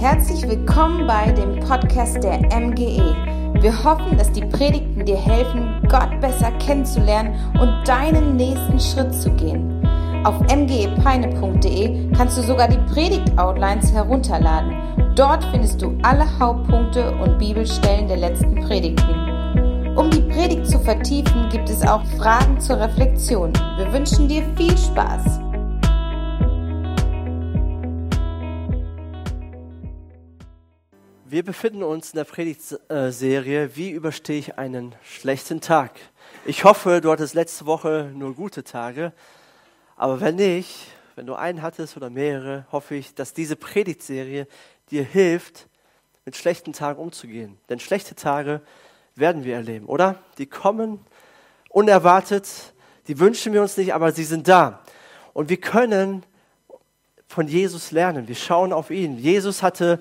Herzlich willkommen bei dem Podcast der MGE. Wir hoffen, dass die Predigten dir helfen, Gott besser kennenzulernen und deinen nächsten Schritt zu gehen. Auf mgepeine.de kannst du sogar die Predigt-Outlines herunterladen. Dort findest du alle Hauptpunkte und Bibelstellen der letzten Predigten. Um die Predigt zu vertiefen, gibt es auch Fragen zur Reflexion. Wir wünschen dir viel Spaß. Wir befinden uns in der Predigtserie, wie überstehe ich einen schlechten Tag? Ich hoffe, du hattest letzte Woche nur gute Tage, aber wenn nicht, wenn du einen hattest oder mehrere, hoffe ich, dass diese Predigtserie dir hilft, mit schlechten Tagen umzugehen. Denn schlechte Tage werden wir erleben, oder? Die kommen unerwartet, die wünschen wir uns nicht, aber sie sind da. Und wir können von Jesus lernen, wir schauen auf ihn. Jesus hatte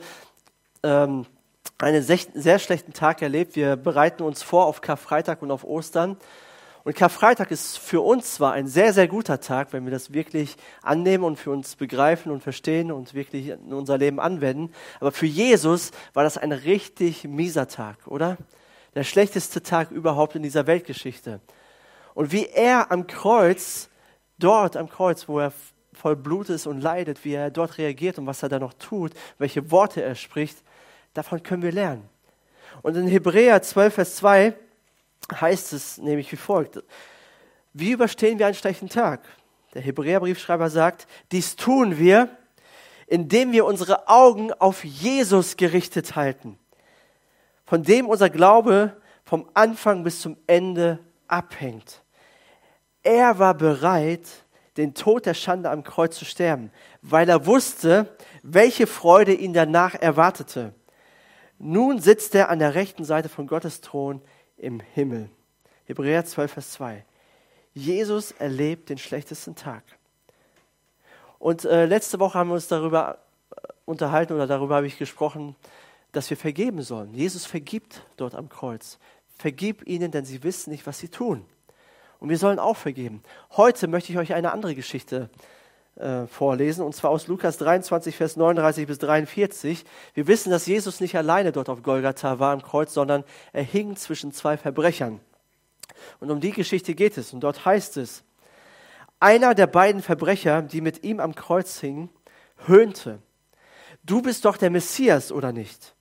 einen sehr schlechten Tag erlebt. Wir bereiten uns vor auf Karfreitag und auf Ostern. Und Karfreitag ist für uns zwar ein sehr, sehr guter Tag, wenn wir das wirklich annehmen und für uns begreifen und verstehen und wirklich in unser Leben anwenden. Aber für Jesus war das ein richtig mieser Tag, oder? Der schlechteste Tag überhaupt in dieser Weltgeschichte. Und wie er am Kreuz, dort am Kreuz, wo er voll Blut ist und leidet, wie er dort reagiert und was er da noch tut, welche Worte er spricht, davon können wir lernen. Und in Hebräer 12, Vers 2 heißt es nämlich wie folgt: Wie überstehen wir einen schlechten Tag? Der Hebräerbriefschreiber sagt, dies tun wir, indem wir unsere Augen auf Jesus gerichtet halten, von dem unser Glaube vom Anfang bis zum Ende abhängt. Er war bereit, den Tod der Schande am Kreuz zu sterben, weil er wusste, welche Freude ihn danach erwartete. Nun sitzt er an der rechten Seite von Gottes Thron im Himmel. Hebräer 12, Vers 2. Jesus erlebt den schlechtesten Tag. Und letzte Woche haben wir uns darüber unterhalten, oder darüber habe ich gesprochen, dass wir vergeben sollen. Jesus vergibt dort am Kreuz. Vergib ihnen, denn sie wissen nicht, was sie tun. Und wir sollen auch vergeben. Heute möchte ich euch eine andere Geschichte vorlesen, und zwar aus Lukas 23, Vers 39 bis 43. Wir wissen, dass Jesus nicht alleine dort auf Golgatha war am Kreuz, sondern er hing zwischen zwei Verbrechern. Und um die Geschichte geht es. Und dort heißt es, einer der beiden Verbrecher, die mit ihm am Kreuz hingen, höhnte: Du bist doch der Messias, oder nicht?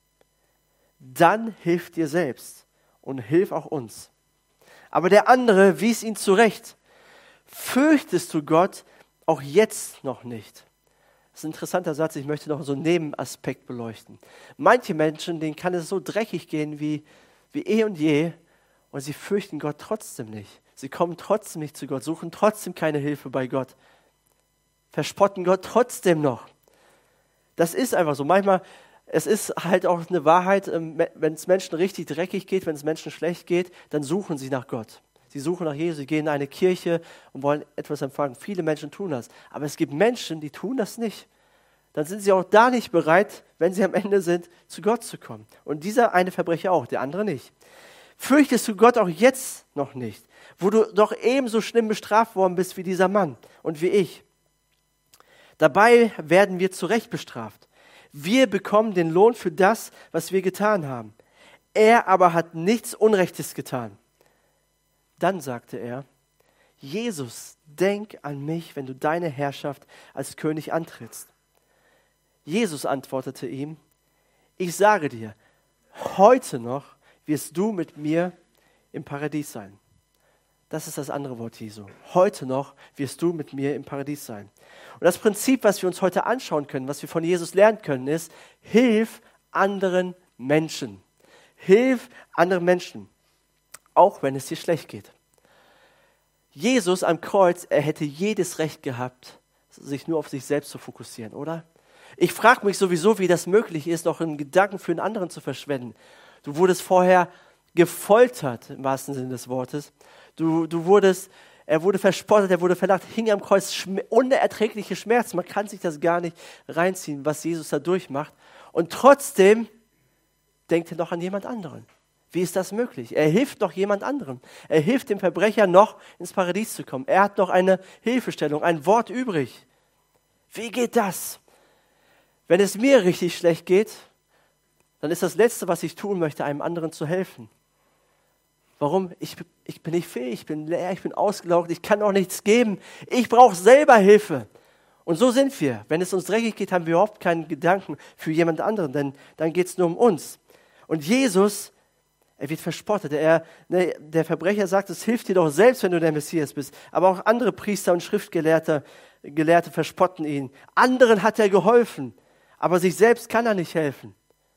Dann hilf dir selbst und hilf auch uns. Aber der andere wies ihn zurecht: Fürchtest du Gott auch jetzt noch nicht? Das ist ein interessanter Satz, ich möchte noch so einen Nebenaspekt beleuchten. Manche Menschen, denen kann es so dreckig gehen wie eh und je, und sie fürchten Gott trotzdem nicht. Sie kommen trotzdem nicht zu Gott, suchen trotzdem keine Hilfe bei Gott, verspotten Gott trotzdem noch. Das ist einfach so. Manchmal, es ist halt auch eine Wahrheit, wenn es Menschen richtig dreckig geht, wenn es Menschen schlecht geht, dann suchen sie nach Gott. Sie suchen nach Jesus, sie gehen in eine Kirche und wollen etwas empfangen. Viele Menschen tun das. Aber es gibt Menschen, die tun das nicht. Dann sind sie auch da nicht bereit, wenn sie am Ende sind, zu Gott zu kommen. Und dieser eine Verbrecher auch, der andere nicht. Fürchtest du Gott auch jetzt noch nicht, wo du doch ebenso schlimm bestraft worden bist wie dieser Mann und wie ich? Dabei werden wir zu Recht bestraft. Wir bekommen den Lohn für das, was wir getan haben. Er aber hat nichts Unrechtes getan. Dann sagte er: Jesus, denk an mich, wenn du deine Herrschaft als König antrittst. Jesus antwortete ihm: Ich sage dir, heute noch wirst du mit mir im Paradies sein. Das ist das andere Wort Jesu. Heute noch wirst du mit mir im Paradies sein. Und das Prinzip, was wir uns heute anschauen können, was wir von Jesus lernen können, ist: Hilf anderen Menschen. Hilf anderen Menschen. Auch wenn es dir schlecht geht. Jesus am Kreuz, er hätte jedes Recht gehabt, sich nur auf sich selbst zu fokussieren, oder? Ich frage mich sowieso, wie das möglich ist, noch einen Gedanken für einen anderen zu verschwenden. Du wurdest vorher gefoltert, im wahrsten Sinne des Wortes. Er wurde verspottet, er wurde verlacht, hing am Kreuz, unerträgliche Schmerzen. Man kann sich das gar nicht reinziehen, was Jesus da durchmacht. Und trotzdem denkt er noch an jemand anderen. Wie ist das möglich? Er hilft noch jemand anderem. Er hilft dem Verbrecher noch ins Paradies zu kommen. Er hat noch eine Hilfestellung, ein Wort übrig. Wie geht das? Wenn es mir richtig schlecht geht, dann ist das Letzte, was ich tun möchte, einem anderen zu helfen. Warum? Ich bin nicht fähig, ich bin leer, ich bin ausgelaugt, ich kann auch nichts geben. Ich brauche selber Hilfe. Und so sind wir. Wenn es uns dreckig geht, haben wir überhaupt keinen Gedanken für jemand anderen, denn dann geht es nur um uns. Und Jesus, er wird verspottet. Der Verbrecher sagt, es hilft dir doch selbst, wenn du der Messias bist. Aber auch andere Priester und Schriftgelehrte verspotten ihn. Anderen hat er geholfen, aber sich selbst kann er nicht helfen.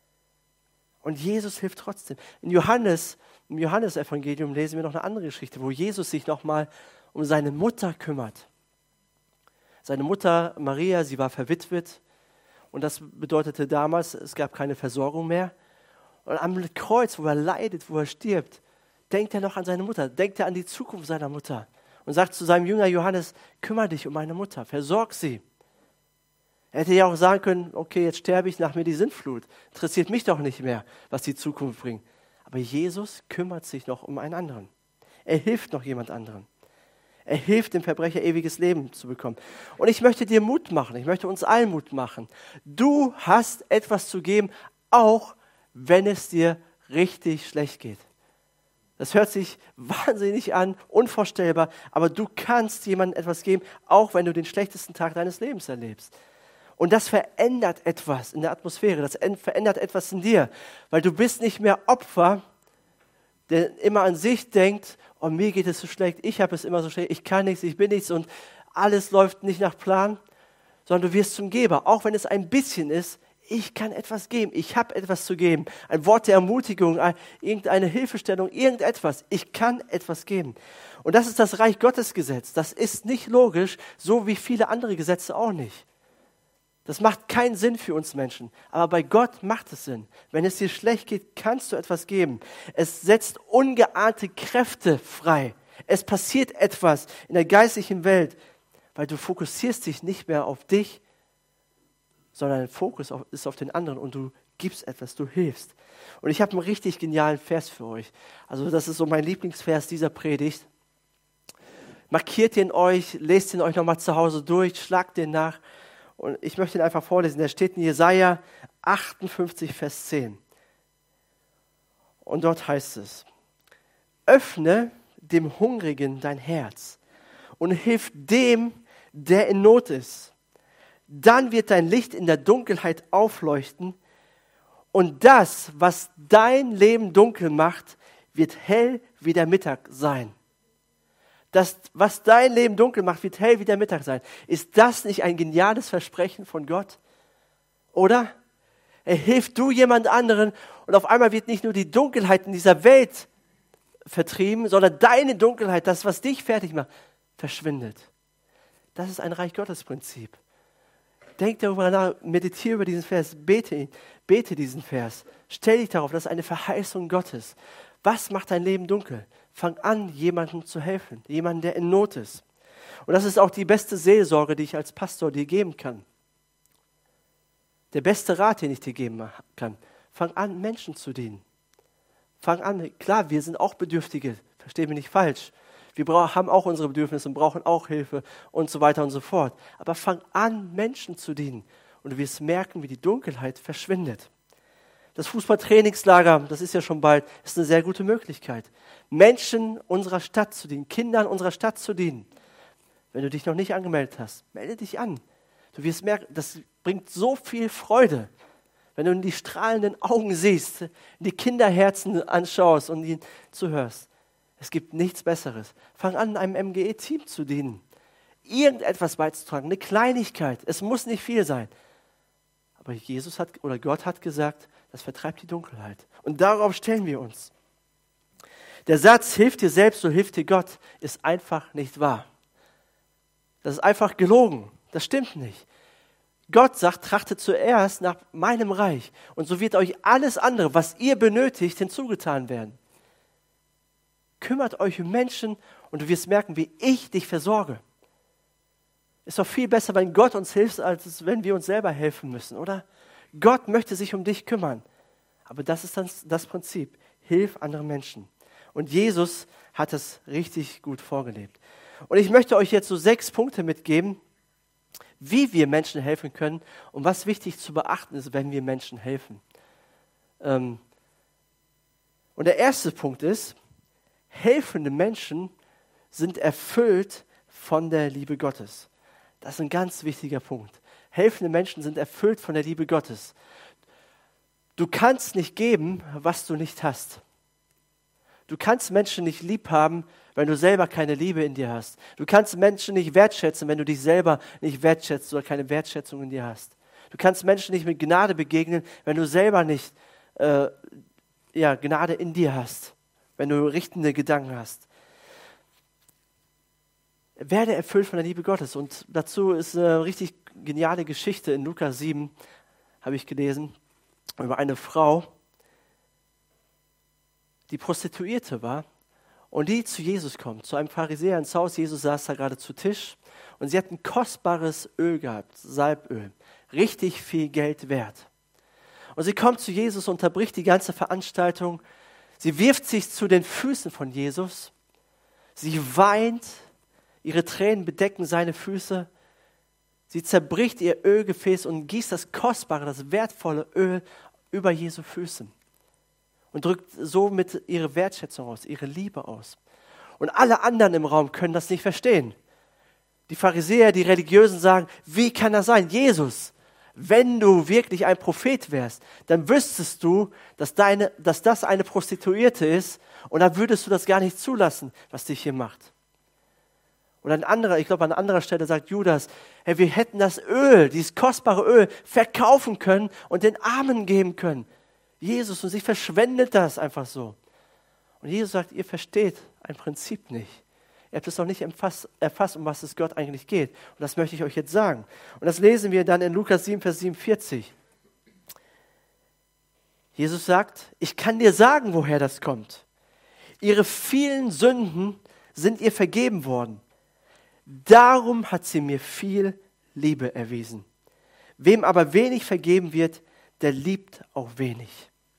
Und Jesus hilft trotzdem. Im Johannesevangelium lesen wir noch eine andere Geschichte, wo Jesus sich nochmal um seine Mutter kümmert. Seine Mutter Maria, sie war verwitwet und das bedeutete damals, es gab keine Versorgung mehr. Und am Kreuz, wo er leidet, wo er stirbt, denkt er noch an seine Mutter, denkt er an die Zukunft seiner Mutter und sagt zu seinem Jünger Johannes, kümmere dich um meine Mutter, versorg sie. Er hätte ja auch sagen können, okay, jetzt sterbe ich, nach mir die Sintflut. Interessiert mich doch nicht mehr, was die Zukunft bringt. Aber Jesus kümmert sich noch um einen anderen. Er hilft noch jemand anderen. Er hilft dem Verbrecher, ewiges Leben zu bekommen. Und ich möchte dir Mut machen, ich möchte uns allen Mut machen. Du hast etwas zu geben, auch wenn es dir richtig schlecht geht. Das hört sich wahnsinnig an, unvorstellbar, aber du kannst jemandem etwas geben, auch wenn du den schlechtesten Tag deines Lebens erlebst. Und das verändert etwas in der Atmosphäre, das verändert etwas in dir, weil du bist nicht mehr Opfer, der immer an sich denkt, oh, mir geht es so schlecht, ich habe es immer so schlecht, ich kann nichts, ich bin nichts und alles läuft nicht nach Plan, sondern du wirst zum Geber, auch wenn es ein bisschen ist, ich kann etwas geben, ich habe etwas zu geben, ein Wort der Ermutigung, irgendeine Hilfestellung, irgendetwas, ich kann etwas geben. Und das ist das Reich Gottes Gesetz, das ist nicht logisch, so wie viele andere Gesetze auch nicht. Das macht keinen Sinn für uns Menschen, aber bei Gott macht es Sinn. Wenn es dir schlecht geht, kannst du etwas geben. Es setzt ungeahnte Kräfte frei. Es passiert etwas in der geistlichen Welt, weil du fokussierst dich nicht mehr auf dich, sondern dein Fokus ist auf den anderen und du gibst etwas, du hilfst. Und ich habe einen richtig genialen Vers für euch. Also das ist so mein Lieblingsvers dieser Predigt. Markiert ihn euch, lest ihn euch nochmal zu Hause durch, schlagt den nach. Und ich möchte ihn einfach vorlesen. Der steht in Jesaja 58, Vers 10. Und dort heißt es, öffne dem Hungrigen dein Herz und hilf dem, der in Not ist. Dann wird dein Licht in der Dunkelheit aufleuchten und das, was dein Leben dunkel macht, wird hell wie der Mittag sein. Das, was dein Leben dunkel macht, wird hell wie der Mittag sein. Ist das nicht ein geniales Versprechen von Gott? Oder? Er hilft du jemand anderen und auf einmal wird nicht nur die Dunkelheit in dieser Welt vertrieben, sondern deine Dunkelheit, das, was dich fertig macht, verschwindet. Das ist ein Reich Gottes Prinzip. Denk darüber nach, meditiere über diesen Vers, bete diesen Vers. Stell dich darauf, das ist eine Verheißung Gottes. Was macht dein Leben dunkel? Fang an, jemandem zu helfen, jemandem, der in Not ist. Und das ist auch die beste Seelsorge, die ich als Pastor dir geben kann. Der beste Rat, den ich dir geben kann. Fang an, Menschen zu dienen. Fang an, klar, wir sind auch Bedürftige, versteh mich nicht falsch. Wir haben auch unsere Bedürfnisse und brauchen auch Hilfe und so weiter und so fort. Aber fang an, Menschen zu dienen und du wirst merken, wie die Dunkelheit verschwindet. Das Fußballtrainingslager, das ist ja schon bald, ist eine sehr gute Möglichkeit. Menschen unserer Stadt zu dienen, Kindern unserer Stadt zu dienen. Wenn du dich noch nicht angemeldet hast, melde dich an. Du wirst merken, das bringt so viel Freude. Wenn du in die strahlenden Augen siehst, in die Kinderherzen anschaust und ihnen zuhörst. Es gibt nichts Besseres. Fang an, in einem MGE-Team zu dienen. Irgendetwas beizutragen, eine Kleinigkeit. Es muss nicht viel sein. Aber Gott hat gesagt, das vertreibt die Dunkelheit. Und darauf stellen wir uns. Der Satz, hilf dir selbst, so hilft dir Gott, ist einfach nicht wahr. Das ist einfach gelogen. Das stimmt nicht. Gott sagt, trachtet zuerst nach meinem Reich. Und so wird euch alles andere, was ihr benötigt, hinzugetan werden. Kümmert euch um Menschen und du wirst merken, wie ich dich versorge. Ist doch viel besser, wenn Gott uns hilft, als wenn wir uns selber helfen müssen, oder? Gott möchte sich um dich kümmern. Aber das ist dann das Prinzip. Hilf anderen Menschen. Und Jesus hat es richtig gut vorgelebt. Und ich möchte euch jetzt so 6 Punkte mitgeben, wie wir Menschen helfen können und was wichtig zu beachten ist, wenn wir Menschen helfen. Und der erste Punkt ist, helfende Menschen sind erfüllt von der Liebe Gottes. Das ist ein ganz wichtiger Punkt. Helfende Menschen sind erfüllt von der Liebe Gottes. Du kannst nicht geben, was du nicht hast. Du kannst Menschen nicht lieb haben, wenn du selber keine Liebe in dir hast. Du kannst Menschen nicht wertschätzen, wenn du dich selber nicht wertschätzt oder keine Wertschätzung in dir hast. Du kannst Menschen nicht mit Gnade begegnen, wenn du selber nicht Gnade in dir hast, wenn du richtende Gedanken hast. Werde erfüllt von der Liebe Gottes. Und dazu ist eine richtig geniale Geschichte in Lukas 7, habe ich gelesen, über eine Frau, die Prostituierte war und die zu Jesus kommt, zu einem Pharisäer ins Haus. Jesus saß da gerade zu Tisch und sie hat ein kostbares Öl gehabt, Salböl, richtig viel Geld wert. Und sie kommt zu Jesus, unterbricht die ganze Veranstaltung, sie wirft sich zu den Füßen von Jesus, sie weint, ihre Tränen bedecken seine Füße, sie zerbricht ihr Ölgefäß und gießt das kostbare, das wertvolle Öl über Jesu Füßen. Und drückt somit ihre Wertschätzung aus, ihre Liebe aus. Und alle anderen im Raum können das nicht verstehen. Die Pharisäer, die Religiösen sagen, wie kann das sein? Jesus, wenn du wirklich ein Prophet wärst, dann wüsstest du, dass das eine Prostituierte ist und dann würdest du das gar nicht zulassen, was dich hier macht. Und an anderer Stelle sagt Judas, hey, wir hätten das Öl, dieses kostbare Öl, verkaufen können und den Armen geben können. Jesus, und sie verschwendet das einfach so. Und Jesus sagt, ihr versteht ein Prinzip nicht. Ihr habt es noch nicht erfasst, um was es Gott eigentlich geht. Und das möchte ich euch jetzt sagen. Und das lesen wir dann in Lukas 7, Vers 47. Jesus sagt, ich kann dir sagen, woher das kommt. Ihre vielen Sünden sind ihr vergeben worden. Darum hat sie mir viel Liebe erwiesen. Wem aber wenig vergeben wird, der liebt auch wenig.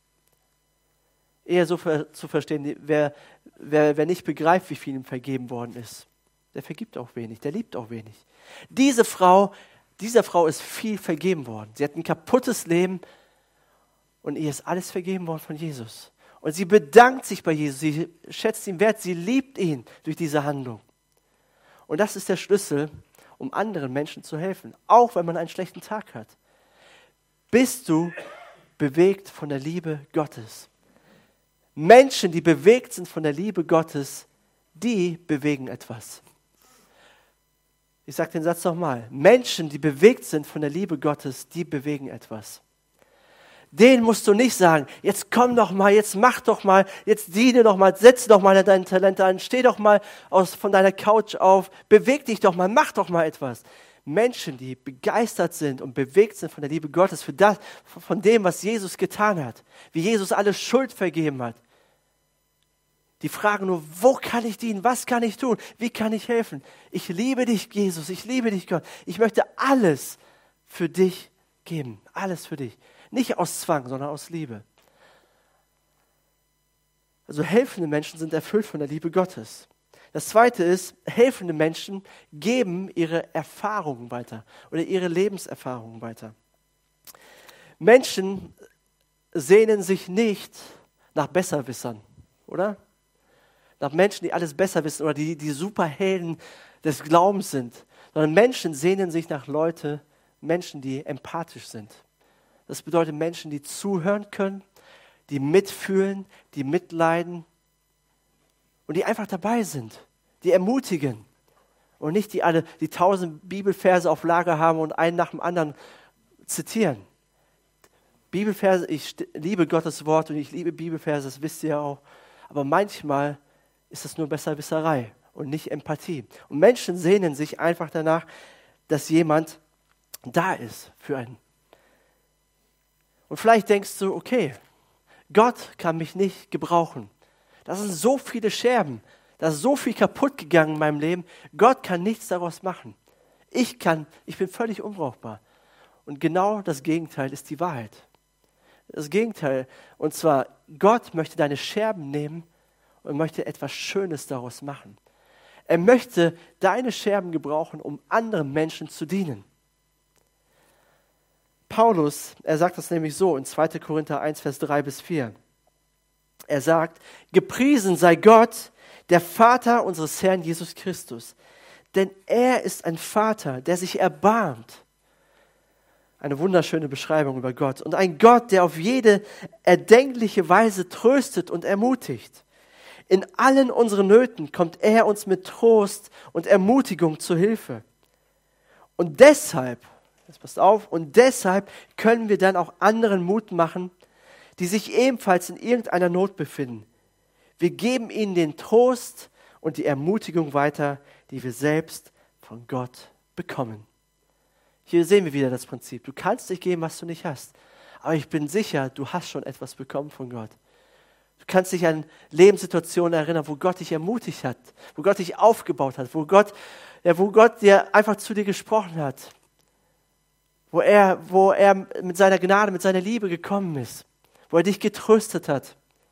Eher so zu verstehen, wer nicht begreift, wie viel ihm vergeben worden ist, der vergibt auch wenig, der liebt auch wenig. Dieser Frau ist viel vergeben worden. Sie hat ein kaputtes Leben und ihr ist alles vergeben worden von Jesus. Und sie bedankt sich bei Jesus, sie schätzt ihn wert, sie liebt ihn durch diese Handlung. Und das ist der Schlüssel, um anderen Menschen zu helfen, auch wenn man einen schlechten Tag hat. Bist du bewegt von der Liebe Gottes? Menschen, die bewegt sind von der Liebe Gottes, die bewegen etwas. Ich sage den Satz nochmal. Menschen, die bewegt sind von der Liebe Gottes, die bewegen etwas. Denen musst du nicht sagen, jetzt komm doch mal, jetzt mach doch mal, jetzt diene doch mal, setze doch mal deine Talente an, steh doch mal von deiner Couch auf, beweg dich doch mal, mach doch mal etwas. Menschen, die begeistert sind und bewegt sind von der Liebe Gottes, von dem, was Jesus getan hat, wie Jesus alle Schuld vergeben hat. Die fragen nur, wo kann ich dienen, was kann ich tun, wie kann ich helfen? Ich liebe dich, Jesus, ich liebe dich, Gott. Ich möchte alles für dich geben, alles für dich. Nicht aus Zwang, sondern aus Liebe. Also helfende Menschen sind erfüllt von der Liebe Gottes. Das Zweite ist, helfende Menschen geben ihre Erfahrungen weiter oder ihre Lebenserfahrungen weiter. Menschen sehnen sich nicht nach Besserwissern, oder? Nach Menschen, die alles besser wissen oder die Superhelden des Glaubens sind, sondern Menschen sehnen sich nach Menschen, die empathisch sind. Das bedeutet Menschen, die zuhören können, die mitfühlen, die mitleiden und die einfach dabei sind, die ermutigen und nicht die 1000 Bibelverse auf Lager haben und einen nach dem anderen zitieren. Bibelverse, ich liebe Gottes Wort und ich liebe Bibelverse, das wisst ihr ja auch, aber manchmal ist das nur Besserwisserei und nicht Empathie. Und Menschen sehnen sich einfach danach, dass jemand da ist für einen. Und vielleicht denkst du, okay, Gott kann mich nicht gebrauchen. Das sind so viele Scherben, da ist so viel kaputt gegangen in meinem Leben. Gott kann nichts daraus machen. Ich bin völlig unbrauchbar. Und genau das Gegenteil ist die Wahrheit. Das Gegenteil, und zwar, Gott möchte deine Scherben nehmen und möchte etwas Schönes daraus machen. Er möchte deine Scherben gebrauchen, um anderen Menschen zu dienen. Paulus, er sagt das nämlich so in 2. Korinther 1, Vers 3-4. Er sagt, gepriesen sei Gott, der Vater unseres Herrn Jesus Christus. Denn er ist ein Vater, der sich erbarmt. Eine wunderschöne Beschreibung über Gott. Und ein Gott, der auf jede erdenkliche Weise tröstet und ermutigt. In allen unseren Nöten kommt er uns mit Trost und Ermutigung zu Hilfe. Und deshalb, jetzt passt auf, und deshalb können wir dann auch anderen Mut machen, die sich ebenfalls in irgendeiner Not befinden. Wir geben ihnen den Trost und die Ermutigung weiter, die wir selbst von Gott bekommen. Hier sehen wir wieder das Prinzip. Du kannst nicht geben, was du nicht hast. Aber ich bin sicher, du hast schon etwas bekommen von Gott. Du kannst dich an Lebenssituationen erinnern, wo Gott dich ermutigt hat, wo Gott dich aufgebaut hat, wo Gott dir einfach zu dir gesprochen hat, wo er mit seiner Gnade, mit seiner Liebe gekommen ist, wo er dich getröstet hat.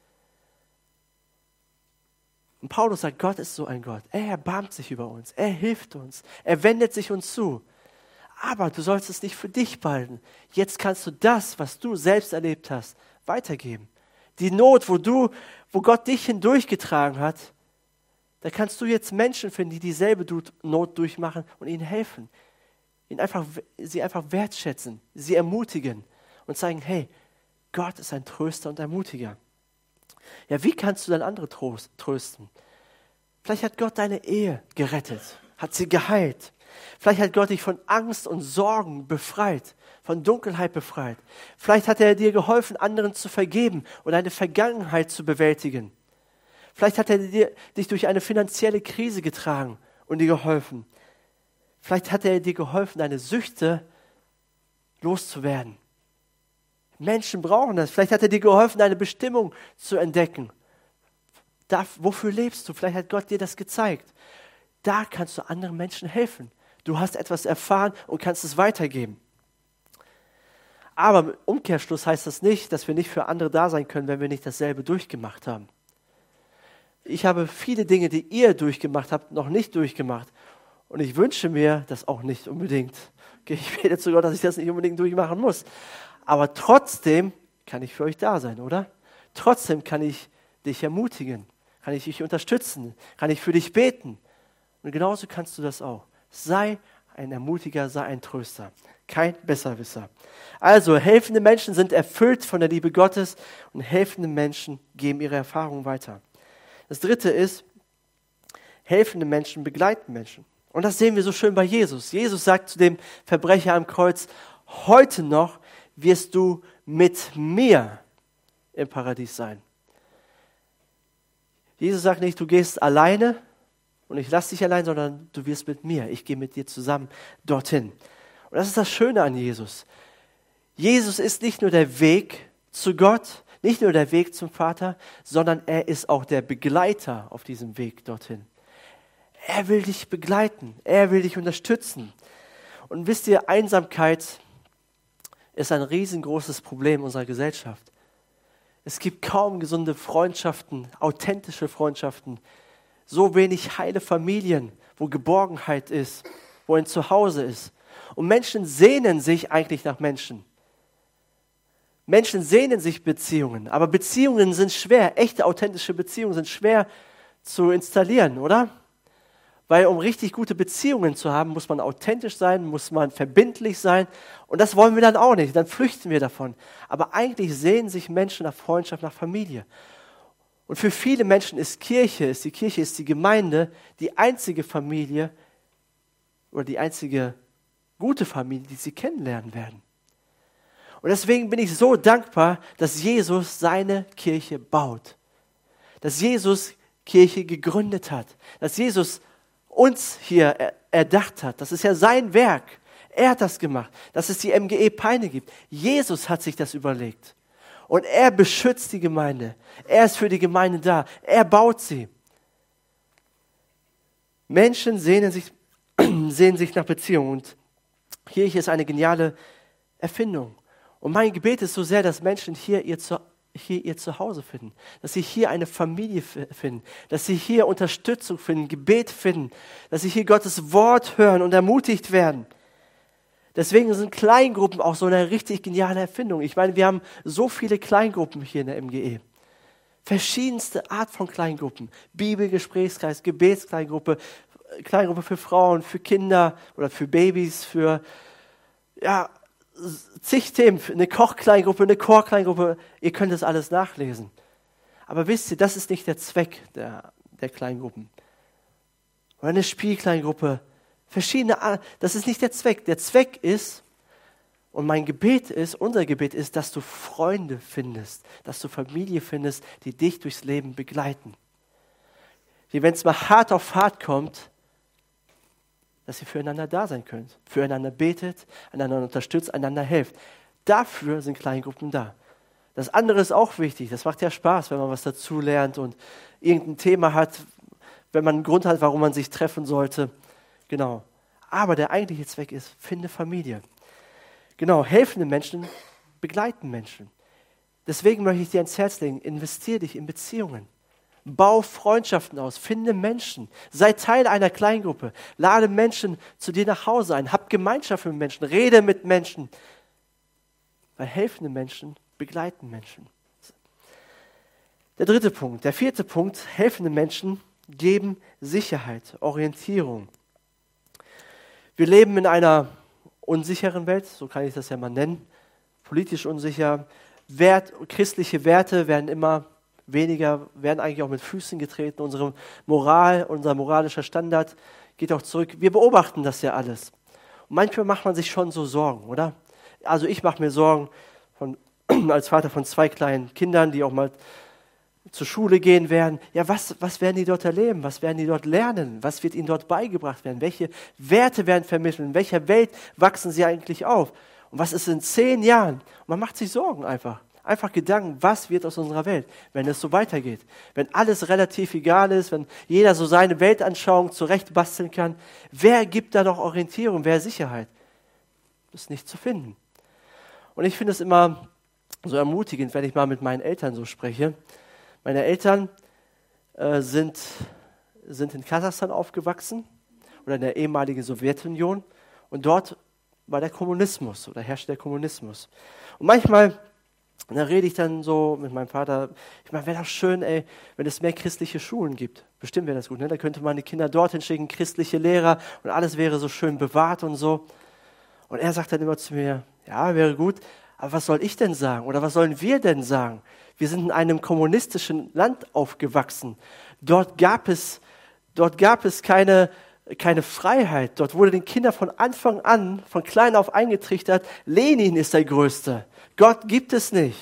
Und Paulus sagt, Gott ist so ein Gott. Er erbarmt sich über uns, er hilft uns, er wendet sich uns zu. Aber du sollst es nicht für dich behalten. Jetzt kannst du das, was du selbst erlebt hast, weitergeben. Die Not, wo Gott dich hindurchgetragen hat, da kannst du jetzt Menschen finden, die dieselbe Not durchmachen und ihnen helfen. Sie einfach wertschätzen, sie ermutigen und sagen, hey, Gott ist ein Tröster und Ermutiger. Ja, wie kannst du dann andere trösten? Vielleicht hat Gott deine Ehe gerettet, hat sie geheilt. Vielleicht hat Gott dich von Angst und Sorgen befreit, von Dunkelheit befreit. Vielleicht hat er dir geholfen, anderen zu vergeben und eine Vergangenheit zu bewältigen. Vielleicht hat er dich durch eine finanzielle Krise getragen und dir geholfen. Vielleicht hat er dir geholfen, deine Süchte loszuwerden. Menschen brauchen das. Vielleicht hat er dir geholfen, deine Bestimmung zu entdecken. Wofür lebst du? Vielleicht hat Gott dir das gezeigt. Da kannst du anderen Menschen helfen. Du hast etwas erfahren und kannst es weitergeben. Aber im Umkehrschluss heißt das nicht, dass wir nicht für andere da sein können, wenn wir nicht dasselbe durchgemacht haben. Ich habe viele Dinge, die ihr durchgemacht habt, noch nicht durchgemacht. Und ich wünsche mir das auch nicht unbedingt. Okay, ich bete zu Gott, dass ich das nicht unbedingt durchmachen muss. Aber trotzdem kann ich für euch da sein, oder? Trotzdem kann ich dich ermutigen, kann ich dich unterstützen, kann ich für dich beten. Und genauso kannst du das auch. Sei ein Ermutiger, sei ein Tröster, kein Besserwisser. Also, helfende Menschen sind erfüllt von der Liebe Gottes und helfende Menschen geben ihre Erfahrungen weiter. Das Dritte ist, helfende Menschen begleiten Menschen. Und das sehen wir so schön bei Jesus. Jesus sagt zu dem Verbrecher am Kreuz, heute noch wirst du mit mir im Paradies sein. Jesus sagt nicht, du gehst alleine und ich lasse dich allein, sondern du wirst mit mir. Ich gehe mit dir zusammen dorthin. Und das ist das Schöne an Jesus. Jesus ist nicht nur der Weg zu Gott, nicht nur der Weg zum Vater, sondern er ist auch der Begleiter auf diesem Weg dorthin. Er will dich begleiten, er will dich unterstützen. Und wisst ihr, Einsamkeit ist ein riesengroßes Problem unserer Gesellschaft. Es gibt kaum gesunde Freundschaften, authentische Freundschaften, so wenig heile Familien, wo Geborgenheit ist, wo ein Zuhause ist. Und Menschen sehnen sich eigentlich nach Menschen. Menschen sehnen sich Beziehungen, aber Beziehungen sind schwer, echte authentische Beziehungen sind schwer zu installieren, oder? Weil um richtig gute Beziehungen zu haben, muss man authentisch sein, muss man verbindlich sein. Und das wollen wir dann auch nicht, dann flüchten wir davon. Aber eigentlich sehnen sich Menschen nach Freundschaft, nach Familie. Und für viele Menschen ist die Kirche ist die Gemeinde, die einzige Familie oder die einzige gute Familie, die sie kennenlernen werden. Und deswegen bin ich so dankbar, dass Jesus seine Kirche baut. Dass Jesus Kirche gegründet hat. Dass Jesus uns hier erdacht hat. Das ist ja sein Werk. Er hat das gemacht, dass es die MGE Peine gibt. Jesus hat sich das überlegt. Und er beschützt die Gemeinde. Er ist für die Gemeinde da. Er baut sie. Menschen sehnen sich nach Beziehungen. Und Kirche ist eine geniale Erfindung. Und mein Gebet ist so sehr, dass Menschen hier ihr Zuhause finden, dass sie hier eine Familie finden, dass sie hier Unterstützung finden, Gebet finden, dass sie hier Gottes Wort hören und ermutigt werden, Deswegen sind Kleingruppen auch so eine richtig geniale Erfindung. Ich meine, wir haben so viele Kleingruppen hier in der MGE. Verschiedenste Art von Kleingruppen. Bibelgesprächskreis, Gebetskleingruppe, Kleingruppe für Frauen, für Kinder oder für Babys, für zig Themen. Eine Kochkleingruppe, eine Chorkleingruppe. Ihr könnt das alles nachlesen. Aber wisst ihr, das ist nicht der Zweck der Kleingruppen. Oder eine Spielkleingruppe. Das ist nicht der Zweck. Der Zweck ist, und unser Gebet ist, dass du Freunde findest, dass du Familie findest, die dich durchs Leben begleiten. Die, wenn es mal hart auf hart kommt, dass ihr füreinander da sein könnt, füreinander betet, einander unterstützt, einander helft. Dafür sind Kleingruppen da. Das andere ist auch wichtig. Das macht ja Spaß, wenn man was dazu lernt und irgendein Thema hat, wenn man einen Grund hat, warum man sich treffen sollte. Genau. Aber der eigentliche Zweck ist, finde Familie. Genau, helfende Menschen begleiten Menschen. Deswegen möchte ich dir ans Herz legen, investiere dich in Beziehungen. Bau Freundschaften aus, finde Menschen. Sei Teil einer Kleingruppe. Lade Menschen zu dir nach Hause ein. Hab Gemeinschaft mit Menschen. Rede mit Menschen. Weil helfende Menschen begleiten Menschen. Der dritte Punkt. Der vierte Punkt, helfende Menschen geben Sicherheit, Orientierung. Wir leben in einer unsicheren Welt, so kann ich das ja mal nennen, politisch unsicher. Christliche Werte werden immer weniger, werden eigentlich auch mit Füßen getreten. Unsere Moral, unser moralischer Standard geht auch zurück. Wir beobachten das ja alles. Und manchmal macht man sich schon so Sorgen, oder? Also ich mache mir Sorgen als Vater von 2 kleinen Kindern, die auch mal zur Schule gehen werden. Ja, was werden die dort erleben? Was werden die dort lernen? Was wird ihnen dort beigebracht werden? Welche Werte werden vermittelt? In welcher Welt wachsen sie eigentlich auf? Und was ist in 10 Jahren? Und man macht sich Sorgen einfach. Einfach Gedanken, was wird aus unserer Welt, wenn es so weitergeht? Wenn alles relativ egal ist, wenn jeder so seine Weltanschauung zurechtbasteln kann, wer gibt da noch Orientierung, wer Sicherheit? Das ist nicht zu finden. Und ich finde es immer so ermutigend, wenn ich mal mit meinen Eltern so spreche. Meine Eltern sind in Kasachstan aufgewachsen oder in der ehemaligen Sowjetunion und dort war der Kommunismus oder herrschte der Kommunismus. Und manchmal, da rede ich dann so mit meinem Vater, ich meine, wäre doch schön, wenn es mehr christliche Schulen gibt. Bestimmt wäre das gut, ne? Da könnte man die Kinder dorthin schicken, christliche Lehrer und alles wäre so schön bewahrt und so. Und er sagt dann immer zu mir, ja, wäre gut, aber was soll ich denn sagen oder was sollen wir denn sagen? Wir sind in einem kommunistischen Land aufgewachsen. Dort gab es keine Freiheit. Dort wurde den Kindern von Anfang an, von klein auf eingetrichtert, Lenin ist der Größte. Gott gibt es nicht.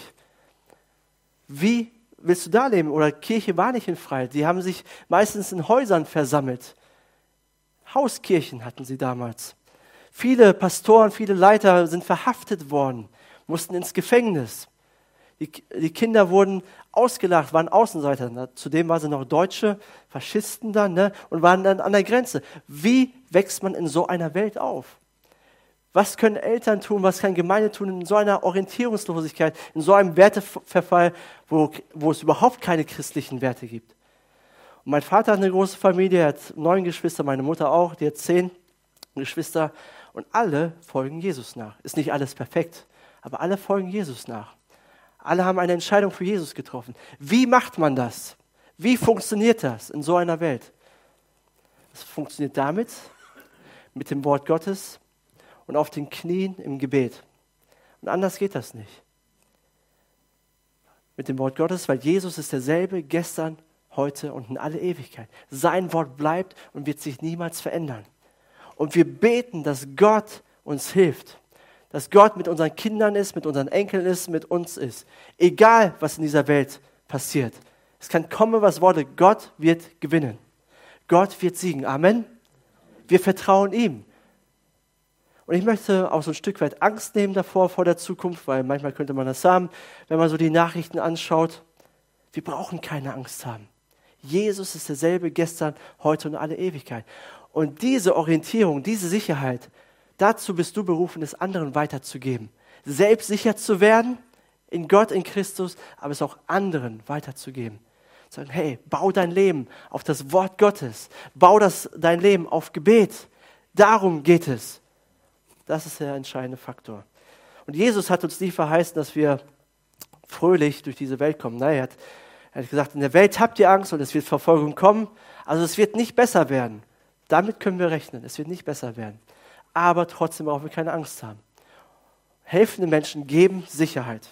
Wie willst du da leben? Oder Kirche war nicht in Freiheit. Die haben sich meistens in Häusern versammelt. Hauskirchen hatten sie damals. Viele Pastoren, viele Leiter sind verhaftet worden, mussten ins Gefängnis. Die Kinder wurden ausgelacht, waren Außenseiter. Zudem waren sie noch Deutsche, Faschisten dann, ne, und waren dann an der Grenze. Wie wächst man in so einer Welt auf? Was können Eltern tun, was kann Gemeinde tun in so einer Orientierungslosigkeit, in so einem Werteverfall, wo es überhaupt keine christlichen Werte gibt? Und mein Vater hat eine große Familie, er hat 9 Geschwister, meine Mutter auch, die hat 10 Geschwister und alle folgen Jesus nach. Ist nicht alles perfekt, aber alle folgen Jesus nach. Alle haben eine Entscheidung für Jesus getroffen. Wie macht man das? Wie funktioniert das in so einer Welt? Es funktioniert damit, mit dem Wort Gottes und auf den Knien im Gebet. Und anders geht das nicht. Mit dem Wort Gottes, weil Jesus ist derselbe gestern, heute und in alle Ewigkeit. Sein Wort bleibt und wird sich niemals verändern. Und wir beten, dass Gott uns hilft. Dass Gott mit unseren Kindern ist, mit unseren Enkeln ist, mit uns ist. Egal, was in dieser Welt passiert. Es kann kommen, was wolle. Gott wird gewinnen. Gott wird siegen. Amen. Wir vertrauen ihm. Und ich möchte auch so ein Stück weit Angst nehmen davor, vor der Zukunft, weil manchmal könnte man das haben, wenn man so die Nachrichten anschaut. Wir brauchen keine Angst haben. Jesus ist derselbe gestern, heute und alle Ewigkeit. Und diese Orientierung, diese Sicherheit, dazu bist du berufen, es anderen weiterzugeben. Selbst sicher zu werden in Gott, in Christus, aber es auch anderen weiterzugeben. Sagen, hey, bau dein Leben auf das Wort Gottes. Bau dein Leben auf Gebet. Darum geht es. Das ist der entscheidende Faktor. Und Jesus hat uns nie verheißen, dass wir fröhlich durch diese Welt kommen. Nein, er hat gesagt, in der Welt habt ihr Angst und es wird Verfolgung kommen. Also es wird nicht besser werden. Damit können wir rechnen. Es wird nicht besser werden. Aber trotzdem brauchen wir keine Angst haben. Helfende Menschen geben Sicherheit.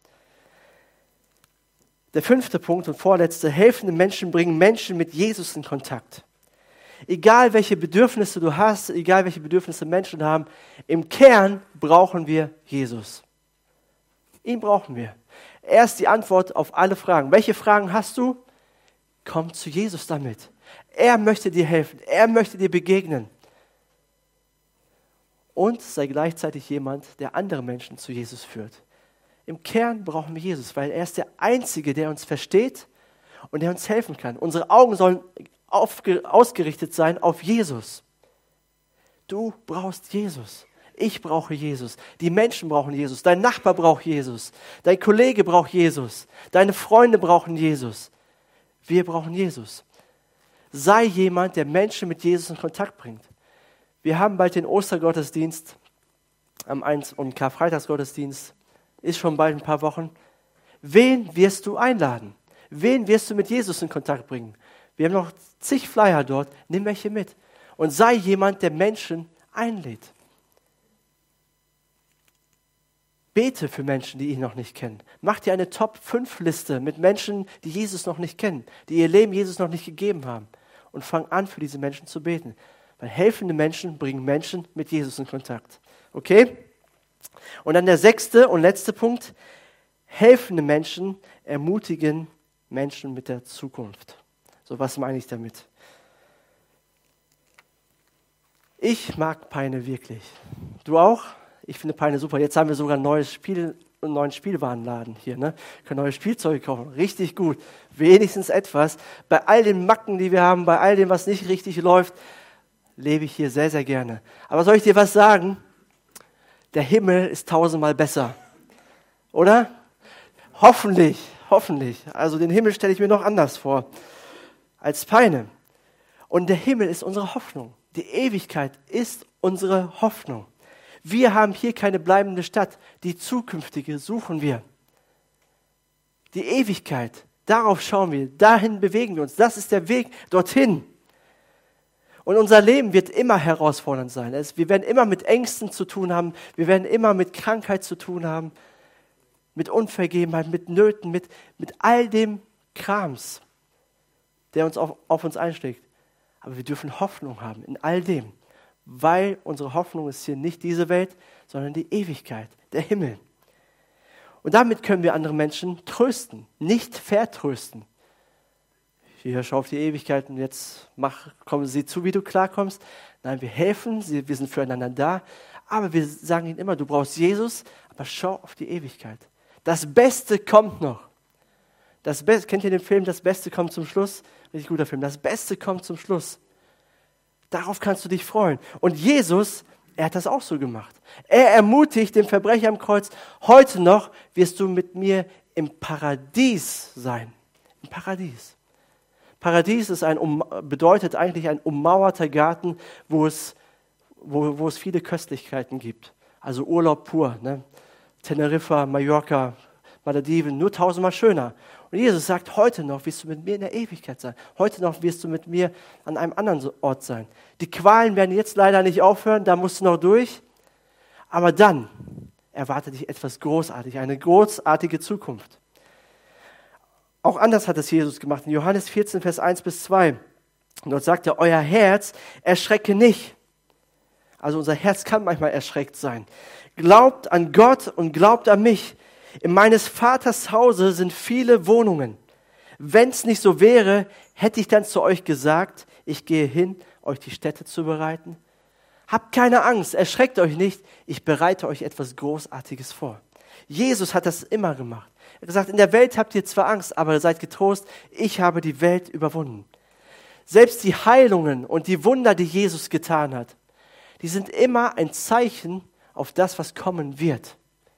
Der 5. Punkt und vorletzte, helfende Menschen bringen Menschen mit Jesus in Kontakt. Egal welche Bedürfnisse du hast, egal welche Bedürfnisse Menschen haben, im Kern brauchen wir Jesus. Ihn brauchen wir. Er ist die Antwort auf alle Fragen. Welche Fragen hast du? Komm zu Jesus damit. Er möchte dir helfen. Er möchte dir begegnen. Und sei gleichzeitig jemand, der andere Menschen zu Jesus führt. Im Kern brauchen wir Jesus, weil er ist der Einzige, der uns versteht und der uns helfen kann. Unsere Augen sollen ausgerichtet sein auf Jesus. Du brauchst Jesus. Ich brauche Jesus. Die Menschen brauchen Jesus. Dein Nachbar braucht Jesus. Dein Kollege braucht Jesus. Deine Freunde brauchen Jesus. Wir brauchen Jesus. Sei jemand, der Menschen mit Jesus in Kontakt bringt. Wir haben bald den Ostergottesdienst am 1. und Karfreitagsgottesdienst. Ist schon bald ein paar Wochen. Wen wirst du einladen? Wen wirst du mit Jesus in Kontakt bringen? Wir haben noch zig Flyer dort. Nimm welche mit. Und sei jemand, der Menschen einlädt. Bete für Menschen, die ihn noch nicht kennen. Mach dir eine Top-5-Liste mit Menschen, die Jesus noch nicht kennen, die ihr Leben Jesus noch nicht gegeben haben. Und fang an, für diese Menschen zu beten. Weil helfende Menschen bringen Menschen mit Jesus in Kontakt. Okay? Und dann der 6. und letzte Punkt. Helfende Menschen ermutigen Menschen mit der Zukunft. So, was meine ich damit? Ich mag Peine wirklich. Du auch? Ich finde Peine super. Jetzt haben wir sogar einen neuen Spielwarenladen hier. Ne? Wir können neue Spielzeuge kaufen. Richtig gut. Wenigstens etwas. Bei all den Macken, die wir haben, bei all dem, was nicht richtig läuft, lebe ich hier sehr, sehr gerne. Aber soll ich dir was sagen? Der Himmel ist 1000-mal besser. Oder? Hoffentlich. Also den Himmel stelle ich mir noch anders vor als Peine. Und der Himmel ist unsere Hoffnung. Die Ewigkeit ist unsere Hoffnung. Wir haben hier keine bleibende Stadt. Die zukünftige suchen wir. Die Ewigkeit, darauf schauen wir. Dahin bewegen wir uns. Das ist der Weg dorthin. Und unser Leben wird immer herausfordernd sein. Wir werden immer mit Ängsten zu tun haben. Wir werden immer mit Krankheit zu tun haben. Mit Unvergebenheit, mit Nöten, mit all dem Krams, der uns auf uns einschlägt. Aber wir dürfen Hoffnung haben in all dem. Weil unsere Hoffnung ist hier nicht diese Welt, sondern die Ewigkeit, der Himmel. Und damit können wir andere Menschen trösten, nicht vertrösten. Hier, schau auf die Ewigkeit und jetzt kommen sie zu, wie du klarkommst. Nein, wir helfen, wir sind füreinander da, aber wir sagen ihnen immer, du brauchst Jesus, aber schau auf die Ewigkeit. Das Beste kommt noch. Kennt ihr den Film, Das Beste kommt zum Schluss? Richtig guter Film. Das Beste kommt zum Schluss. Darauf kannst du dich freuen. Und Jesus, er hat das auch so gemacht. Er ermutigt den Verbrecher am Kreuz, heute noch wirst du mit mir im Paradies sein. Im Paradies. Paradies bedeutet eigentlich ein ummauerter Garten, wo es viele Köstlichkeiten gibt. Also Urlaub pur. Ne? Teneriffa, Mallorca, Malediven, nur 1000-mal schöner. Und Jesus sagt, heute noch wirst du mit mir in der Ewigkeit sein. Heute noch wirst du mit mir an einem anderen Ort sein. Die Qualen werden jetzt leider nicht aufhören, da musst du noch durch. Aber dann erwartet dich etwas Großartiges, eine großartige Zukunft. Auch anders hat es Jesus gemacht. In Johannes 14, Vers 1-2. Und dort sagt er, euer Herz erschrecke nicht. Also unser Herz kann manchmal erschreckt sein. Glaubt an Gott und glaubt an mich. In meines Vaters Hause sind viele Wohnungen. Wenn es nicht so wäre, hätte ich dann zu euch gesagt, ich gehe hin, euch die Stätte zu bereiten. Habt keine Angst, erschreckt euch nicht, ich bereite euch etwas Großartiges vor. Jesus hat das immer gemacht. Er hat gesagt, in der Welt habt ihr zwar Angst, aber seid getrost, ich habe die Welt überwunden. Selbst die Heilungen und die Wunder, die Jesus getan hat, die sind immer ein Zeichen auf das, was kommen wird.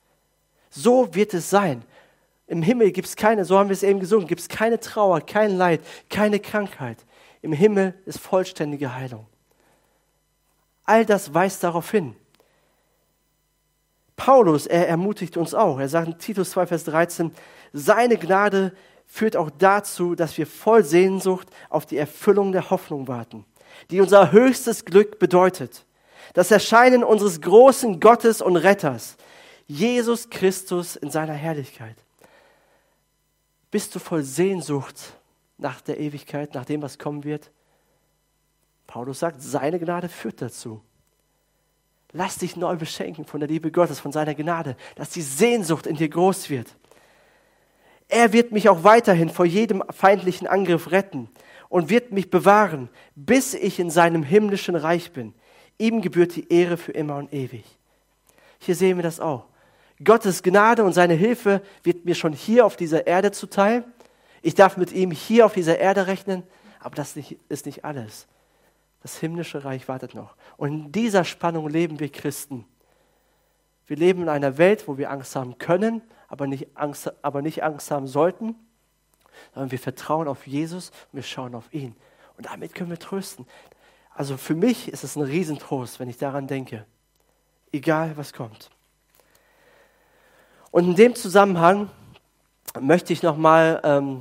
So wird es sein. Im Himmel gibt es so haben wir es eben gesungen, gibt es keine Trauer, kein Leid, keine Krankheit. Im Himmel ist vollständige Heilung. All das weist darauf hin. Paulus, er ermutigt uns auch. Er sagt in Titus 2, Vers 13, seine Gnade führt auch dazu, dass wir voll Sehnsucht auf die Erfüllung der Hoffnung warten, die unser höchstes Glück bedeutet. Das Erscheinen unseres großen Gottes und Retters, Jesus Christus in seiner Herrlichkeit. Bist du voll Sehnsucht nach der Ewigkeit, nach dem, was kommen wird? Paulus sagt, seine Gnade führt dazu. Lass dich neu beschenken von der Liebe Gottes, von seiner Gnade, dass die Sehnsucht in dir groß wird. Er wird mich auch weiterhin vor jedem feindlichen Angriff retten und wird mich bewahren, bis ich in seinem himmlischen Reich bin. Ihm gebührt die Ehre für immer und ewig. Hier sehen wir das auch. Gottes Gnade und seine Hilfe wird mir schon hier auf dieser Erde zuteil. Ich darf mit ihm hier auf dieser Erde rechnen, aber das ist nicht alles. Das himmlische Reich wartet noch. Und in dieser Spannung leben wir Christen. Wir leben in einer Welt, wo wir Angst haben können, aber nicht Angst haben sollten, sondern wir vertrauen auf Jesus und wir schauen auf ihn. Und damit können wir trösten. Also für mich ist es ein Riesentrost, wenn ich daran denke. Egal, was kommt. Und in dem Zusammenhang möchte ich nochmal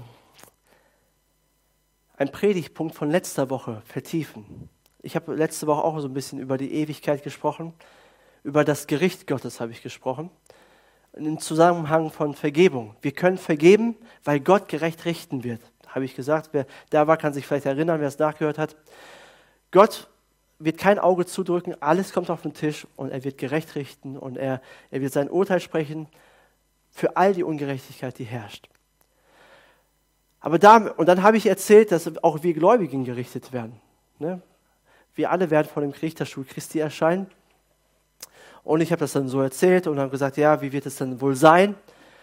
einen Predigtpunkt von letzter Woche vertiefen. Ich habe letzte Woche auch so ein bisschen über die Ewigkeit gesprochen, über das Gericht Gottes habe ich gesprochen, im Zusammenhang von Vergebung. Wir können vergeben, weil Gott gerecht richten wird, habe ich gesagt. Wer da war, kann sich vielleicht erinnern, wer es nachgehört hat. Gott wird kein Auge zudrücken, alles kommt auf den Tisch und er wird gerecht richten und er wird sein Urteil sprechen für all die Ungerechtigkeit, die herrscht. Und dann habe ich erzählt, dass auch wir Gläubigen gerichtet werden. Ne? Wir alle werden vor dem Richterstuhl Christi erscheinen. Und ich habe das dann so erzählt und habe gesagt, ja, wie wird es dann wohl sein?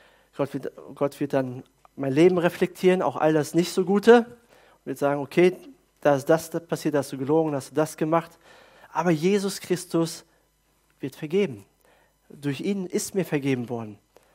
Gott wird dann mein Leben reflektieren, auch all das nicht so Gute. Und wird sagen, okay, da ist das passiert, da hast du gelogen, da hast du das gemacht. Aber Jesus Christus wird vergeben. Durch ihn ist mir vergeben worden.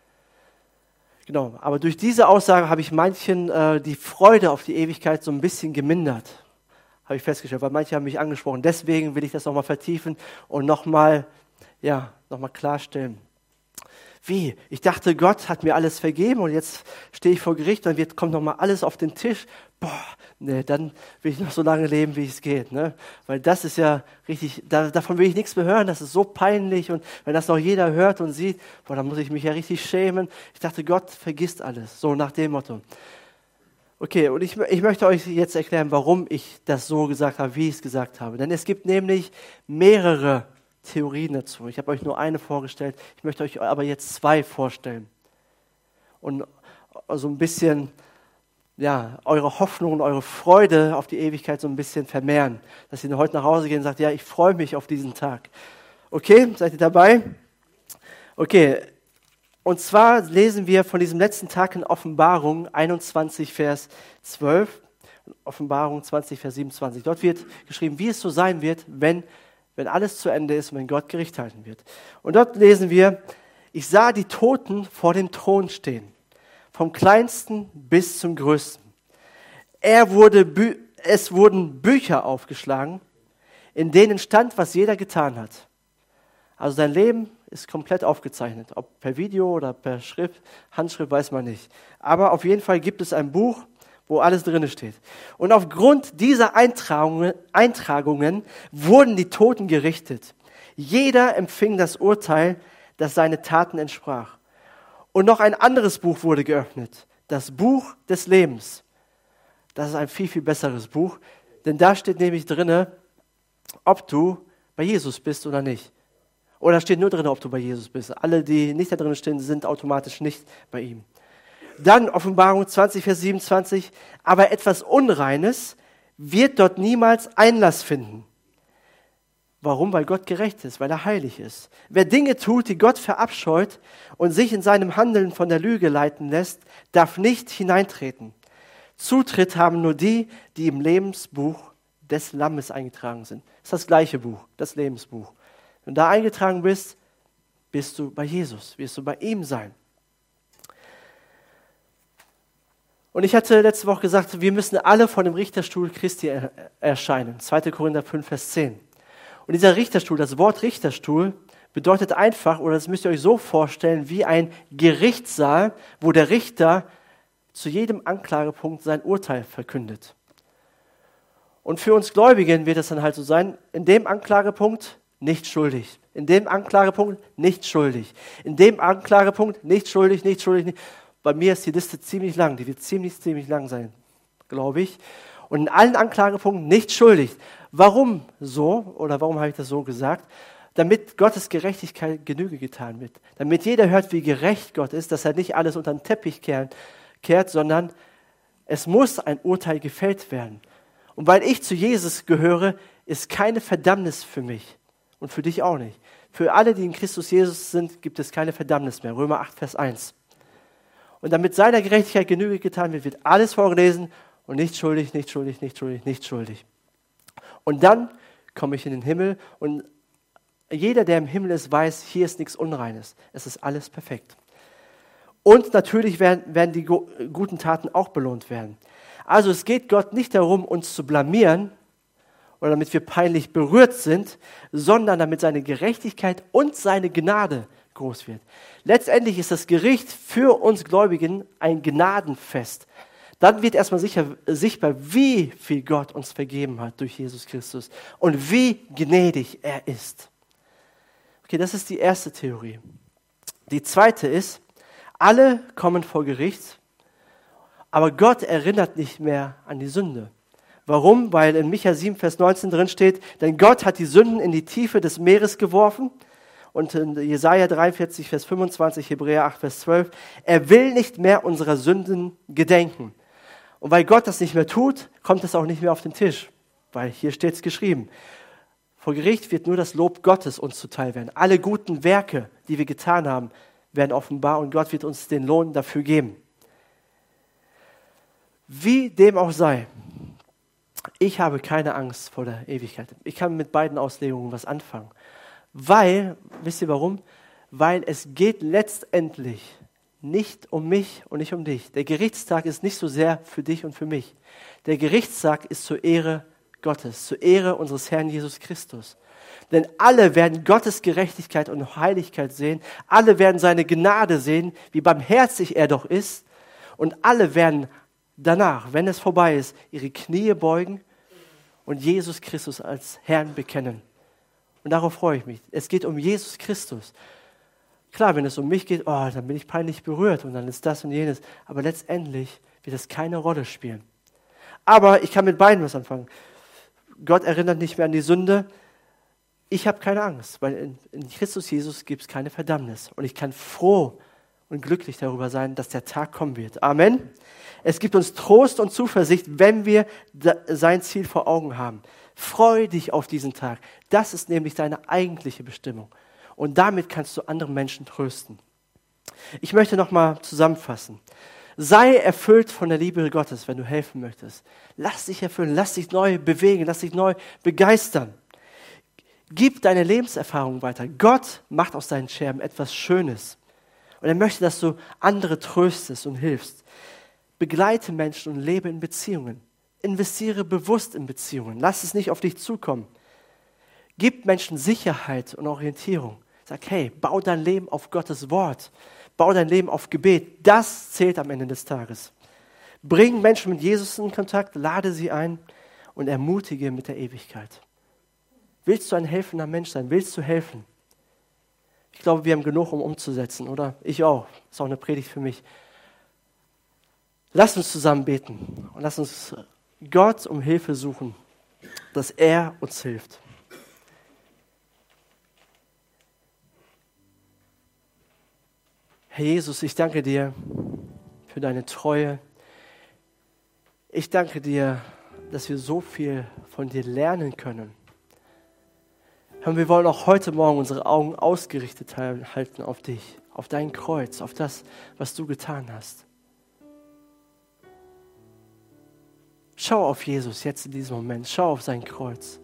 Genau, aber durch diese Aussage habe ich manchen die Freude auf die Ewigkeit so ein bisschen gemindert. Habe ich festgestellt, weil manche haben mich angesprochen. Deswegen will ich das nochmal vertiefen und nochmal klarstellen. Wie? Ich dachte, Gott hat mir alles vergeben und jetzt stehe ich vor Gericht und kommt nochmal alles auf den Tisch. Dann will ich noch so lange leben, wie es geht. Ne? Weil das ist ja richtig, davon will ich nichts mehr hören, das ist so peinlich und wenn das noch jeder hört und sieht, dann muss ich mich ja richtig schämen. Ich dachte, Gott vergisst alles, so nach dem Motto. Okay, und ich möchte euch jetzt erklären, warum ich das so gesagt habe, wie ich es gesagt habe. Denn es gibt nämlich mehrere Theorien dazu. Ich habe euch nur eine vorgestellt, ich möchte euch aber jetzt zwei vorstellen. Und so ein bisschen, eure Hoffnung und eure Freude auf die Ewigkeit so ein bisschen vermehren. Dass ihr heute nach Hause gehen und sagt, ja, ich freue mich auf diesen Tag. Okay, seid ihr dabei? Okay, und zwar lesen wir von diesem letzten Tag in Offenbarung 21, Vers 12, Offenbarung 20, Vers 27. Dort wird geschrieben, wie es so sein wird, wenn alles zu Ende ist und wenn Gott Gericht halten wird. Und dort lesen wir, ich sah die Toten vor dem Thron stehen, vom Kleinsten bis zum Größten. Es wurden Bücher aufgeschlagen, in denen stand, was jeder getan hat. Also sein Leben ist komplett aufgezeichnet, ob per Video oder per Handschrift, weiß man nicht. Aber auf jeden Fall gibt es ein Buch, wo alles drin steht. Und aufgrund dieser Eintragungen wurden die Toten gerichtet. Jeder empfing das Urteil, das seine Taten entsprach. Und noch ein anderes Buch wurde geöffnet, das Buch des Lebens. Das ist ein viel, viel besseres Buch, denn da steht nämlich drin, ob du bei Jesus bist oder nicht. Oder steht nur drin, ob du bei Jesus bist. Alle, die nicht da drin stehen, sind automatisch nicht bei ihm. Dann Offenbarung 20, Vers 27. Aber etwas Unreines wird dort niemals Einlass finden. Warum? Weil Gott gerecht ist, weil er heilig ist. Wer Dinge tut, die Gott verabscheut und sich in seinem Handeln von der Lüge leiten lässt, darf nicht hineintreten. Zutritt haben nur die, die im Lebensbuch des Lammes eingetragen sind. Das ist das gleiche Buch, das Lebensbuch. Wenn du da eingetragen bist, bist du bei Jesus, wirst du bei ihm sein. Und ich hatte letzte Woche gesagt, wir müssen alle vor dem Richterstuhl Christi erscheinen. 2. Korinther 5, Vers 10. Und dieser Richterstuhl, das Wort Richterstuhl, bedeutet einfach, oder das müsst ihr euch so vorstellen, wie ein Gerichtssaal, wo der Richter zu jedem Anklagepunkt sein Urteil verkündet. Und für uns Gläubigen wird es dann halt so sein, in dem Anklagepunkt nicht schuldig, in dem Anklagepunkt nicht schuldig, in dem Anklagepunkt nicht schuldig, nicht schuldig. Nicht. Bei mir ist die Liste ziemlich lang, die wird ziemlich lang sein, glaube ich. Und in allen Anklagepunkten nicht schuldig. Warum so, oder warum habe ich das so gesagt? Damit Gottes Gerechtigkeit Genüge getan wird. Damit jeder hört, wie gerecht Gott ist, dass er nicht alles unter den Teppich kehrt, sondern es muss ein Urteil gefällt werden. Und weil ich zu Jesus gehöre, ist keine Verdammnis für mich und für dich auch nicht. Für alle, die in Christus Jesus sind, gibt es keine Verdammnis mehr. Römer 8, Vers 1. Und damit seiner Gerechtigkeit Genüge getan wird, wird alles vorgelesen und nicht schuldig, nicht schuldig, nicht schuldig, nicht schuldig. Und dann komme ich in den Himmel und jeder, der im Himmel ist, weiß, hier ist nichts Unreines. Es ist alles perfekt. Und natürlich werden die guten Taten auch belohnt werden. Also es geht Gott nicht darum, uns zu blamieren oder damit wir peinlich berührt sind, sondern damit seine Gerechtigkeit und seine Gnade groß wird. Letztendlich ist das Gericht für uns Gläubigen ein Gnadenfest. Dann wird erstmal sichtbar, wie viel Gott uns vergeben hat durch Jesus Christus und wie gnädig er ist. Okay, das ist die erste Theorie. Die zweite ist, alle kommen vor Gericht, aber Gott erinnert nicht mehr an die Sünde. Warum? Weil in Micha 7, Vers 19 drin steht, denn Gott hat die Sünden in die Tiefe des Meeres geworfen. Und in Jesaja 43, Vers 25, Hebräer 8, Vers 12, er will nicht mehr unserer Sünden gedenken. Und weil Gott das nicht mehr tut, kommt es auch nicht mehr auf den Tisch. Weil hier steht es geschrieben. Vor Gericht wird nur das Lob Gottes uns zuteil werden. Alle guten Werke, die wir getan haben, werden offenbar und Gott wird uns den Lohn dafür geben. Wie dem auch sei, ich habe keine Angst vor der Ewigkeit. Ich kann mit beiden Auslegungen was anfangen. Weil, wisst ihr warum? Weil es geht letztendlich nicht um mich und nicht um dich. Der Gerichtstag ist nicht so sehr für dich und für mich. Der Gerichtstag ist zur Ehre Gottes, zur Ehre unseres Herrn Jesus Christus. Denn alle werden Gottes Gerechtigkeit und Heiligkeit sehen. Alle werden seine Gnade sehen, wie barmherzig er doch ist. Und alle werden danach, wenn es vorbei ist, ihre Knie beugen und Jesus Christus als Herrn bekennen. Und darauf freue ich mich. Es geht um Jesus Christus. Klar, wenn es um mich geht, dann bin ich peinlich berührt und dann ist das und jenes. Aber letztendlich wird es keine Rolle spielen. Aber ich kann mit beiden was anfangen. Gott erinnert nicht mehr an die Sünde. Ich habe keine Angst, weil in Christus Jesus gibt es keine Verdammnis. Und ich kann froh und glücklich darüber sein, dass der Tag kommen wird. Amen. Es gibt uns Trost und Zuversicht, wenn wir sein Ziel vor Augen haben. Freu dich auf diesen Tag. Das ist nämlich deine eigentliche Bestimmung. Und damit kannst du andere Menschen trösten. Ich möchte nochmal zusammenfassen. Sei erfüllt von der Liebe Gottes, wenn du helfen möchtest. Lass dich erfüllen, lass dich neu bewegen, lass dich neu begeistern. Gib deine Lebenserfahrung weiter. Gott macht aus deinen Scherben etwas Schönes. Und er möchte, dass du andere tröstest und hilfst. Begleite Menschen und lebe in Beziehungen. Investiere bewusst in Beziehungen. Lass es nicht auf dich zukommen. Gib Menschen Sicherheit und Orientierung. Sag, hey, bau dein Leben auf Gottes Wort. Bau dein Leben auf Gebet. Das zählt am Ende des Tages. Bring Menschen mit Jesus in Kontakt, lade sie ein und ermutige mit der Ewigkeit. Willst du ein helfender Mensch sein? Willst du helfen? Ich glaube, wir haben genug, um umzusetzen, oder? Ich auch. Das ist auch eine Predigt für mich. Lass uns zusammen beten und lass uns Gott um Hilfe suchen, dass er uns hilft. Herr Jesus, ich danke dir für deine Treue. Ich danke dir, dass wir so viel von dir lernen können. Und wir wollen auch heute Morgen unsere Augen ausgerichtet halten auf dich, auf dein Kreuz, auf das, was du getan hast. Schau auf Jesus jetzt in diesem Moment, schau auf sein Kreuz.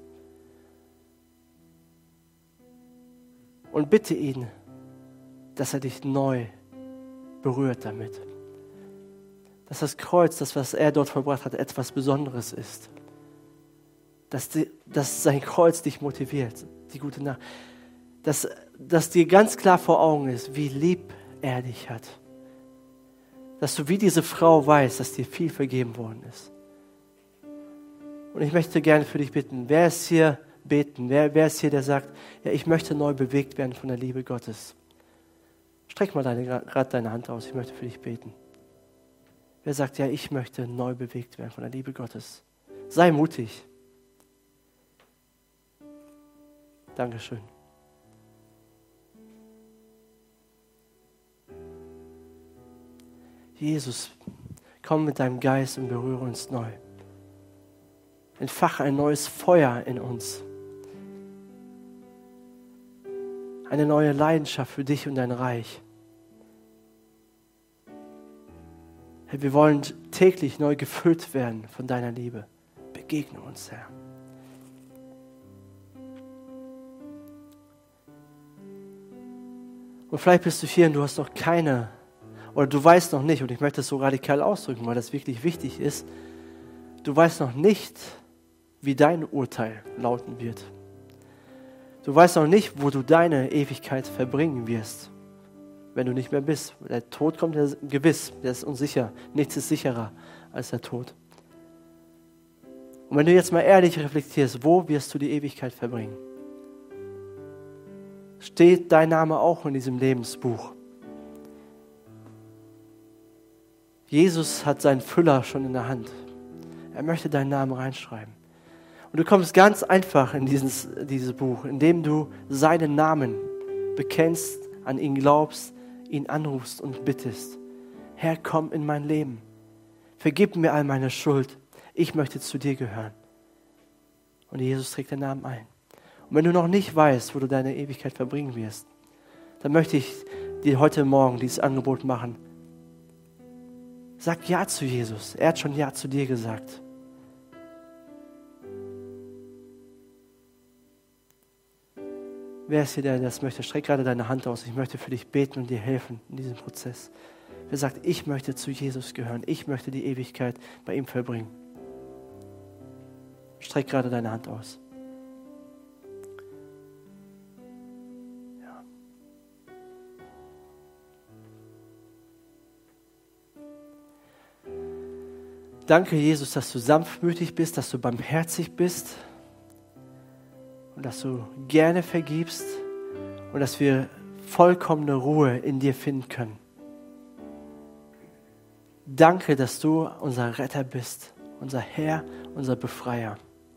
Und bitte ihn, dass er dich neu berührt damit. Dass das Kreuz, das, was er dort vollbracht hat, etwas Besonderes ist. Dass sein Kreuz dich motiviert, die gute Nachricht. Dass dass dir ganz klar vor Augen ist, wie lieb er dich hat. Dass du wie diese Frau weißt, dass dir viel vergeben worden ist. Und ich möchte gerne für dich bitten, wer ist hier beten? Wer ist hier, der sagt, ja, ich möchte neu bewegt werden von der Liebe Gottes? Streck mal gerade deine Hand aus, ich möchte für dich beten. Wer sagt, ja, ich möchte neu bewegt werden von der Liebe Gottes? Sei mutig. Dankeschön. Jesus, komm mit deinem Geist und berühre uns neu. Entfache ein neues Feuer in uns. Eine neue Leidenschaft für dich und dein Reich. Herr, wir wollen täglich neu gefüllt werden von deiner Liebe. Begegne uns, Herr. Und vielleicht bist du hier und du hast noch keine, oder du weißt noch nicht, und ich möchte es so radikal ausdrücken, weil das wirklich wichtig ist, du weißt noch nicht, wie dein Urteil lauten wird. Du weißt noch nicht, wo du deine Ewigkeit verbringen wirst, wenn du nicht mehr bist. Der Tod kommt ja gewiss, der ist unsicher. Nichts ist sicherer als der Tod. Und wenn du jetzt mal ehrlich reflektierst, wo wirst du die Ewigkeit verbringen? Steht dein Name auch in diesem Lebensbuch? Jesus hat seinen Füller schon in der Hand. Er möchte deinen Namen reinschreiben. Und du kommst ganz einfach in dieses Buch, indem du seinen Namen bekennst, an ihn glaubst, ihn anrufst und bittest. Herr, komm in mein Leben. Vergib mir all meine Schuld. Ich möchte zu dir gehören. Und Jesus trägt den Namen ein. Und wenn du noch nicht weißt, wo du deine Ewigkeit verbringen wirst, dann möchte ich dir heute Morgen dieses Angebot machen. Sag Ja zu Jesus. Er hat schon Ja zu dir gesagt. Wer ist hier, der das möchte? Streck gerade deine Hand aus. Ich möchte für dich beten und dir helfen in diesem Prozess. Wer sagt, ich möchte zu Jesus gehören. Ich möchte die Ewigkeit bei ihm verbringen. Streck gerade deine Hand aus. Ja. Danke, Jesus, dass du sanftmütig bist, dass du barmherzig bist. Und dass du gerne vergibst und dass wir vollkommene Ruhe in dir finden können. Danke, dass du unser Retter bist, unser Herr, unser Befreier.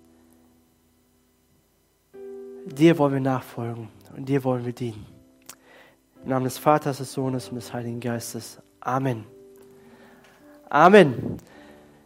Dir wollen wir nachfolgen und dir wollen wir dienen. Im Namen des Vaters, des Sohnes und des Heiligen Geistes. Amen. Amen.